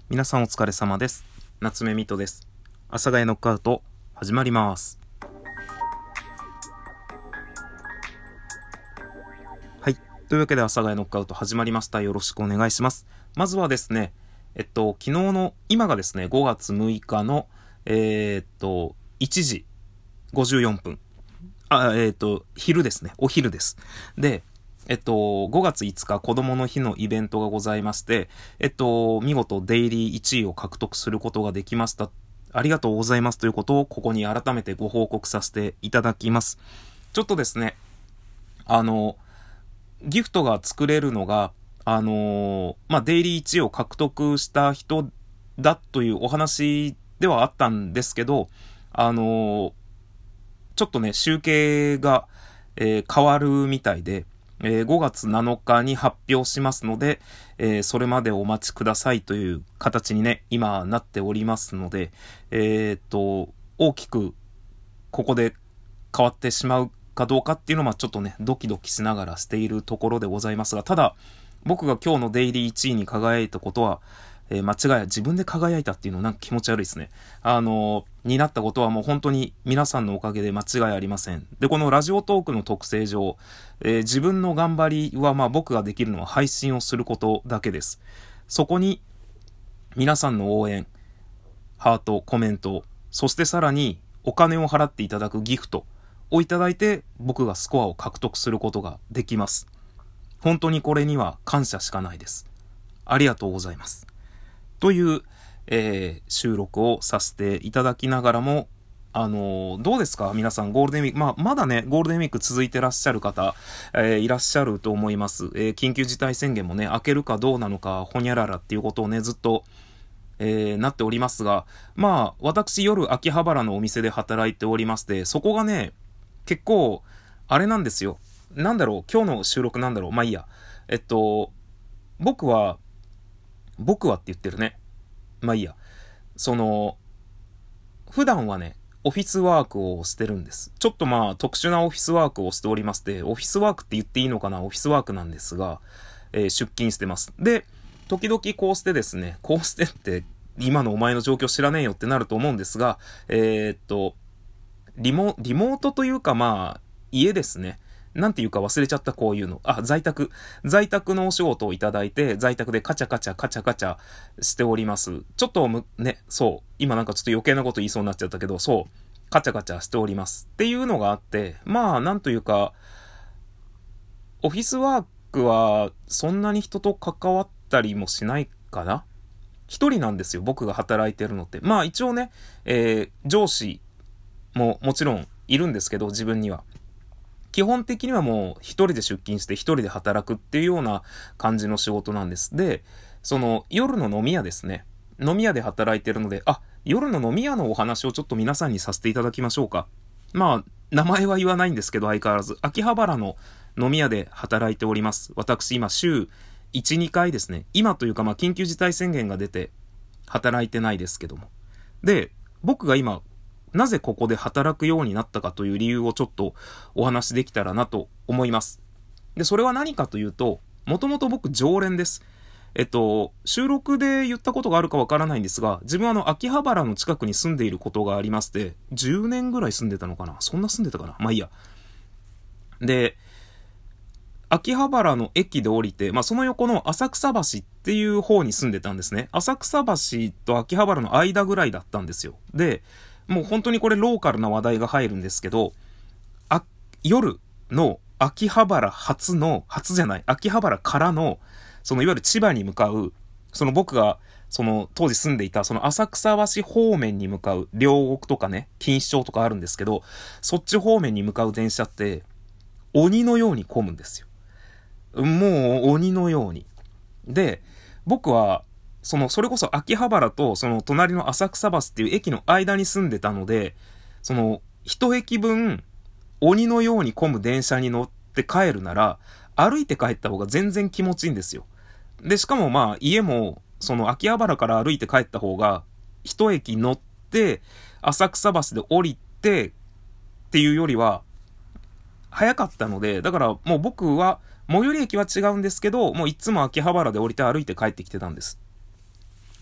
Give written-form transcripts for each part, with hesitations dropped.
皆さんお疲れ様です。夏目みとです。阿佐ヶ谷ノックアウト始まります。はい。というわけで阿佐ヶ谷ノックアウト始まりました。よろしくお願いします。まずはですね、昨日の、今がですね、5月6日の、1時54分。昼ですね。お昼です。で、5月5日子供の日のイベントがございまして、見事デイリー1位を獲得することができました。ありがとうございますということをここに改めてご報告させていただきます。ちょっとですね、ギフトが作れるのが、デイリー1位を獲得した人だというお話ではあったんですけど、ちょっとね、集計が、変わるみたいで、5月7日に発表しますので、それまでお待ちくださいという形にね、今なっておりますので、大きくここで変わってしまうかどうかっていうのはちょっとね、ドキドキしながらしているところでございますが、ただ、僕が今日のデイリー1位に輝いたことは、間違い自分で輝いたっていうのなんか気持ち悪いですね。になったことはもう本当に皆さんのおかげで間違いありません。で、このラジオトークの特性上、自分の頑張りは僕ができるのは配信をすることだけです。そこに皆さんの応援、ハート、コメント、そしてさらにお金を払っていただくギフトをいただいて僕がスコアを獲得することができます。本当にこれには感謝しかないです。ありがとうございます。という、収録をさせていただきながらも、どうですか皆さんゴールデンウィーク、まだね、ゴールデンウィーク続いてらっしゃる方、いらっしゃると思います。緊急事態宣言もね、明けるかどうなのか、ほにゃららっていうことをね、ずっと、なっておりますが、私夜秋葉原のお店で働いておりまして、そこがね、結構、あれなんですよ。今日の収録いいや。僕はって言ってるね。いいや。普段はね、オフィスワークをしてるんです。ちょっと特殊なオフィスワークをしておりまして、オフィスワークって言っていいのかなオフィスワークなんですが、出勤してます。で、時々こうしてですね、こうしてって今のお前の状況知らねえよってなると思うんですが、リモートというか家ですね。なんていうか忘れちゃったこういうの。在宅のお仕事をいただいて、在宅でカチャカチャしております。ちょっと今なんかちょっと余計なこと言いそうになっちゃったけど、カチャカチャしております。っていうのがあって、なんというか、オフィスワークはそんなに人と関わったりもしないかな。一人なんですよ、僕が働いてるのって。一応ね、上司ももちろんいるんですけど、自分には。基本的にはもう一人で出勤して一人で働くっていうような感じの仕事なんです。で、夜の飲み屋ですね。飲み屋で働いてるので、夜の飲み屋のお話をちょっと皆さんにさせていただきましょうか。名前は言わないんですけど、相変わらず、秋葉原の飲み屋で働いております。私、今、週1、2回ですね。今というか、緊急事態宣言が出て、働いてないですけども。で、僕が今、なぜここで働くようになったかという理由をちょっとお話できたらなと思います。で、それは何かというと、もともと僕常連です。収録で言ったことがあるかわからないんですが、自分は秋葉原の近くに住んでいることがありまして、10年ぐらい住んでたのかなそんな住んでたかないいや。で、秋葉原の駅で降りて、その横の浅草橋っていう方に住んでたんですね。浅草橋と秋葉原の間ぐらいだったんですよ。で、もう本当にこれローカルな話題が入るんですけど、夜の秋葉原秋葉原からの、いわゆる千葉に向かう、僕が、当時住んでいた、浅草橋方面に向かう、両国とかね、錦糸町とかあるんですけど、そっち方面に向かう電車って、鬼のように混むんですよ。もう鬼のように。で、僕は、それこそ秋葉原と隣の浅草橋っていう駅の間に住んでたので、一駅分鬼のように混む電車に乗って帰るなら、歩いて帰った方が全然気持ちいいんですよ。で、しかも家も、秋葉原から歩いて帰った方が、一駅乗って、浅草橋で降りて、っていうよりは、早かったので、だからもう僕は、最寄り駅は違うんですけど、もういつも秋葉原で降りて歩いて帰ってきてたんです。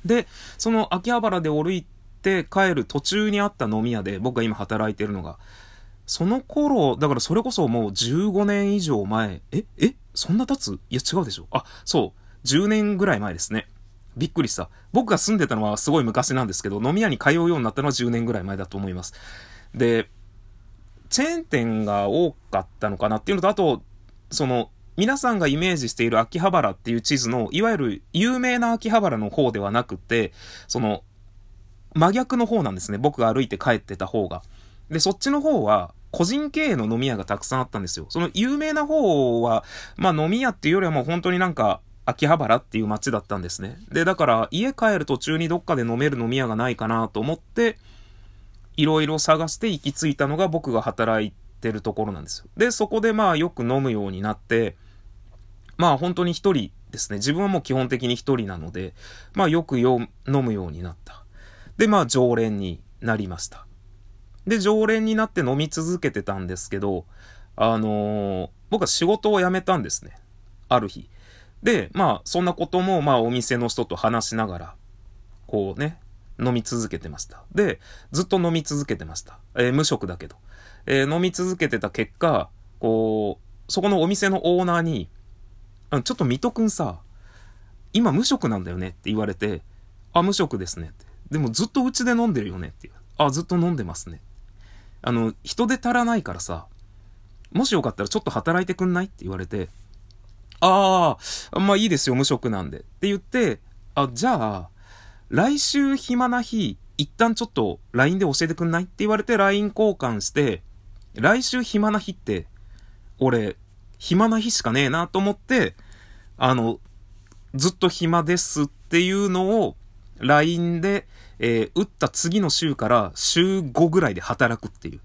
で、その秋葉原で歩いて帰る途中にあった飲み屋で、僕が今働いてるのが、その頃、だからそれこそもう15年以上前、そんな経つ？いや違うでしょ。あ、そう、10年ぐらい前ですね。びっくりした。僕が住んでたのはすごい昔なんですけど、飲み屋に通うようになったのは10年ぐらい前だと思います。で、チェーン店が多かったのかなっていうのと、あと、その、皆さんがイメージしている秋葉原っていう地図の、いわゆる有名な秋葉原の方ではなくて、その、真逆の方なんですね。僕が歩いて帰ってた方が。で、そっちの方は、個人経営の飲み屋がたくさんあったんですよ。その有名な方は、まあ飲み屋っていうよりはもう本当になんか、秋葉原っていう街だったんですね。で、だから家帰る途中にどっかで飲める飲み屋がないかなと思って、いろいろ探して行き着いたのが僕が働いてるところなんですよ。で、そこでまあよく飲むようになって、まあ本当に一人ですね。自分はもう基本的に一人なので、まあよく飲むようになった。で、まあ常連になりました。で、常連になって飲み続けてたんですけど、僕は仕事を辞めたんですね。ある日。で、まあ、そんなことも、まあ、お店の人と話しながら、こうね、飲み続けてました。で、ずっと飲み続けてました。無職だけど。飲み続けてた結果、こう、そこのお店のオーナーに、ちょっと水戸くんさ、今無職なんだよねって言われて、あ、無職ですねって。でもずっとうちで飲んでるよねっていう。あ、ずっと飲んでますね。人手足らないからさ、もしよかったらちょっと働いてくんないって言われて、ああ、まあいいですよ、無職なんで。って言って、あ、じゃあ、来週暇な日、一旦ちょっと LINE で教えてくんないって言われて LINE 交換して、来週暇な日って、俺、暇な日しかねえなと思って、ずっと暇ですっていうのを LINE で、打った次の週から週5ぐらいで働くっていう。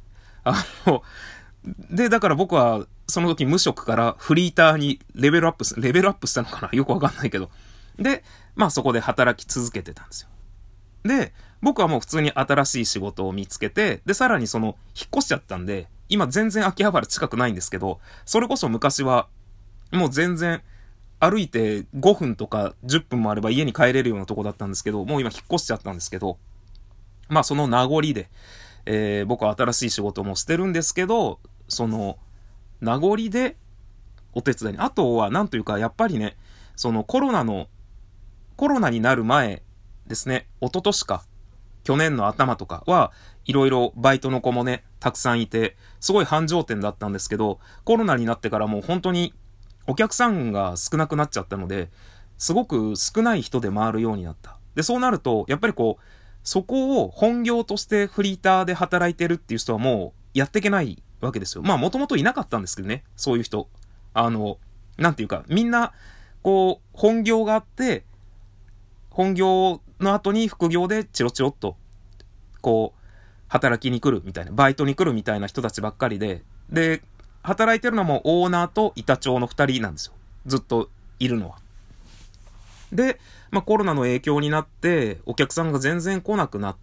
で、だから僕は、その時無職からフリーターにレベルアップしたのかなよくわかんないけど。で、まあそこで働き続けてたんですよ。で、僕はもう普通に新しい仕事を見つけて、で、さらにその、引っ越しちゃったんで、今全然秋葉原近くないんですけど、それこそ昔は、もう全然、歩いて5分とか10分もあれば家に帰れるようなとこだったんですけど、もう今引っ越しちゃったんですけど、まあその名残で、僕は新しい仕事もしてるんですけど、その、名残でお手伝いに。あとは、なんというか、やっぱりね、そのコロナになる前ですね、一昨年か、去年の頭とかは、いろいろバイトの子もね、たくさんいて、すごい繁盛店だったんですけど、コロナになってからもう本当にお客さんが少なくなっちゃったので、すごく少ない人で回るようになった。で、そうなると、やっぱりこう、そこを本業としてフリーターで働いてるっていう人はもうやっていけないわけですよ。まあもともといなかったんですけどね、そういう人。なんていうか、みんな、こう、本業があって、本業の後に副業でチロチロっと、こう、働きに来るみたいな、バイトに来るみたいな人たちばっかりで、で、働いてるのもオーナーと板長の2人なんですよ。ずっといるのは。で、まあコロナの影響になって、お客さんが全然来なくなって、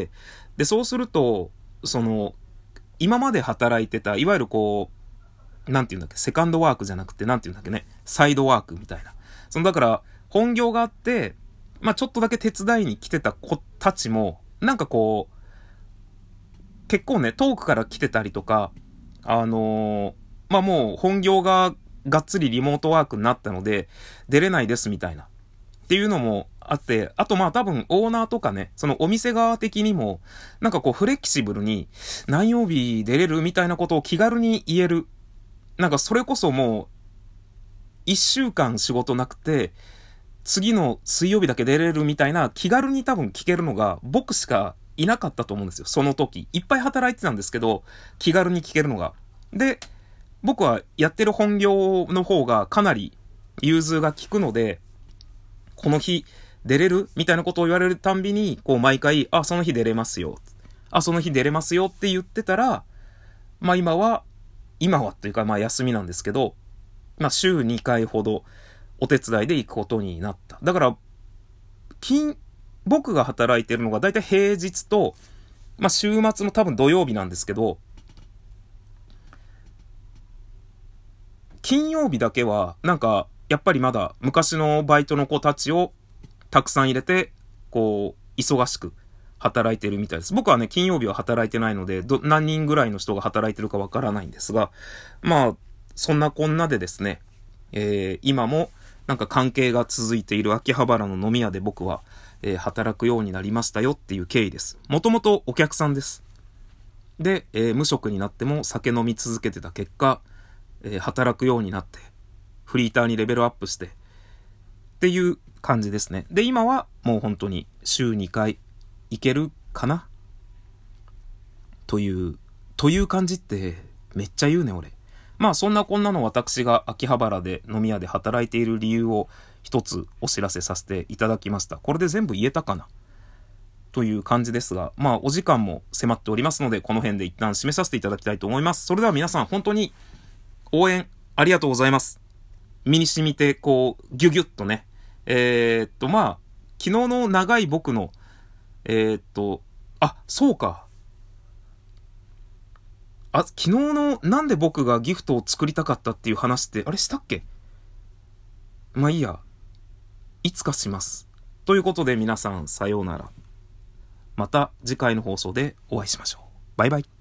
で、そうすると、その、今まで働いてた、いわゆるこう、なんていうんだっけ、セカンドワークじゃなくて、なんていうんだっけね、サイドワークみたいな。だから、本業があって、まあちょっとだけ手伝いに来てた子たちも、なんかこう、結構ね、遠くから来てたりとか、まあもう本業ががっつりリモートワークになったので、出れないですみたいな。っていうのもあって、あとまあ多分オーナーとかね、そのお店側的にも、なんかこうフレキシブルに何曜日出れるみたいなことを気軽に言える。なんかそれこそもう、一週間仕事なくて、次の水曜日だけ出れるみたいな気軽に多分聞けるのが僕しかいなかったと思うんですよ。その時。いっぱい働いてたんですけど、気軽に聞けるのが。で、僕はやってる本業の方がかなり融通が効くので、この日出れるみたいなことを言われるたんびに、こう毎回、あ、その日出れますよ。あ、その日出れますよって言ってたら、まあ今はというかまあ休みなんですけど、まあ週2回ほどお手伝いで行くことになった。だから、僕が働いてるのがだいたい平日と、まあ週末の多分土曜日なんですけど、金曜日だけは、なんか、やっぱりまだ昔のバイトの子たちをたくさん入れてこう、忙しく働いてるみたいです。僕はね、金曜日は働いてないので、何人ぐらいの人が働いてるかわからないんですが、まあ、そんなこんなでですね、今もなんか関係が続いている秋葉原の飲み屋で僕は、働くようになりましたよっていう経緯です。もともとお客さんです。で、無職になっても酒飲み続けてた結果、働くようになって、フリーターにレベルアップして、っていう感じですね。で、今はもう本当に週2回行けるかなという感じってめっちゃ言うね、俺。まあそんなこんなの私が秋葉原で飲み屋で働いている理由を一つお知らせさせていただきました。これで全部言えたかなという感じですが、まあお時間も迫っておりますので、この辺で一旦締めさせていただきたいと思います。それでは皆さん本当に応援ありがとうございます。身に染みてこうギュギュッとね、まあ昨日の長い僕のそうか。昨日のなんで僕がギフトを作りたかったっていう話って、あれしたっけ？まあいいや。いつかします。ということで皆さんさようなら。また次回の放送でお会いしましょう。バイバイ。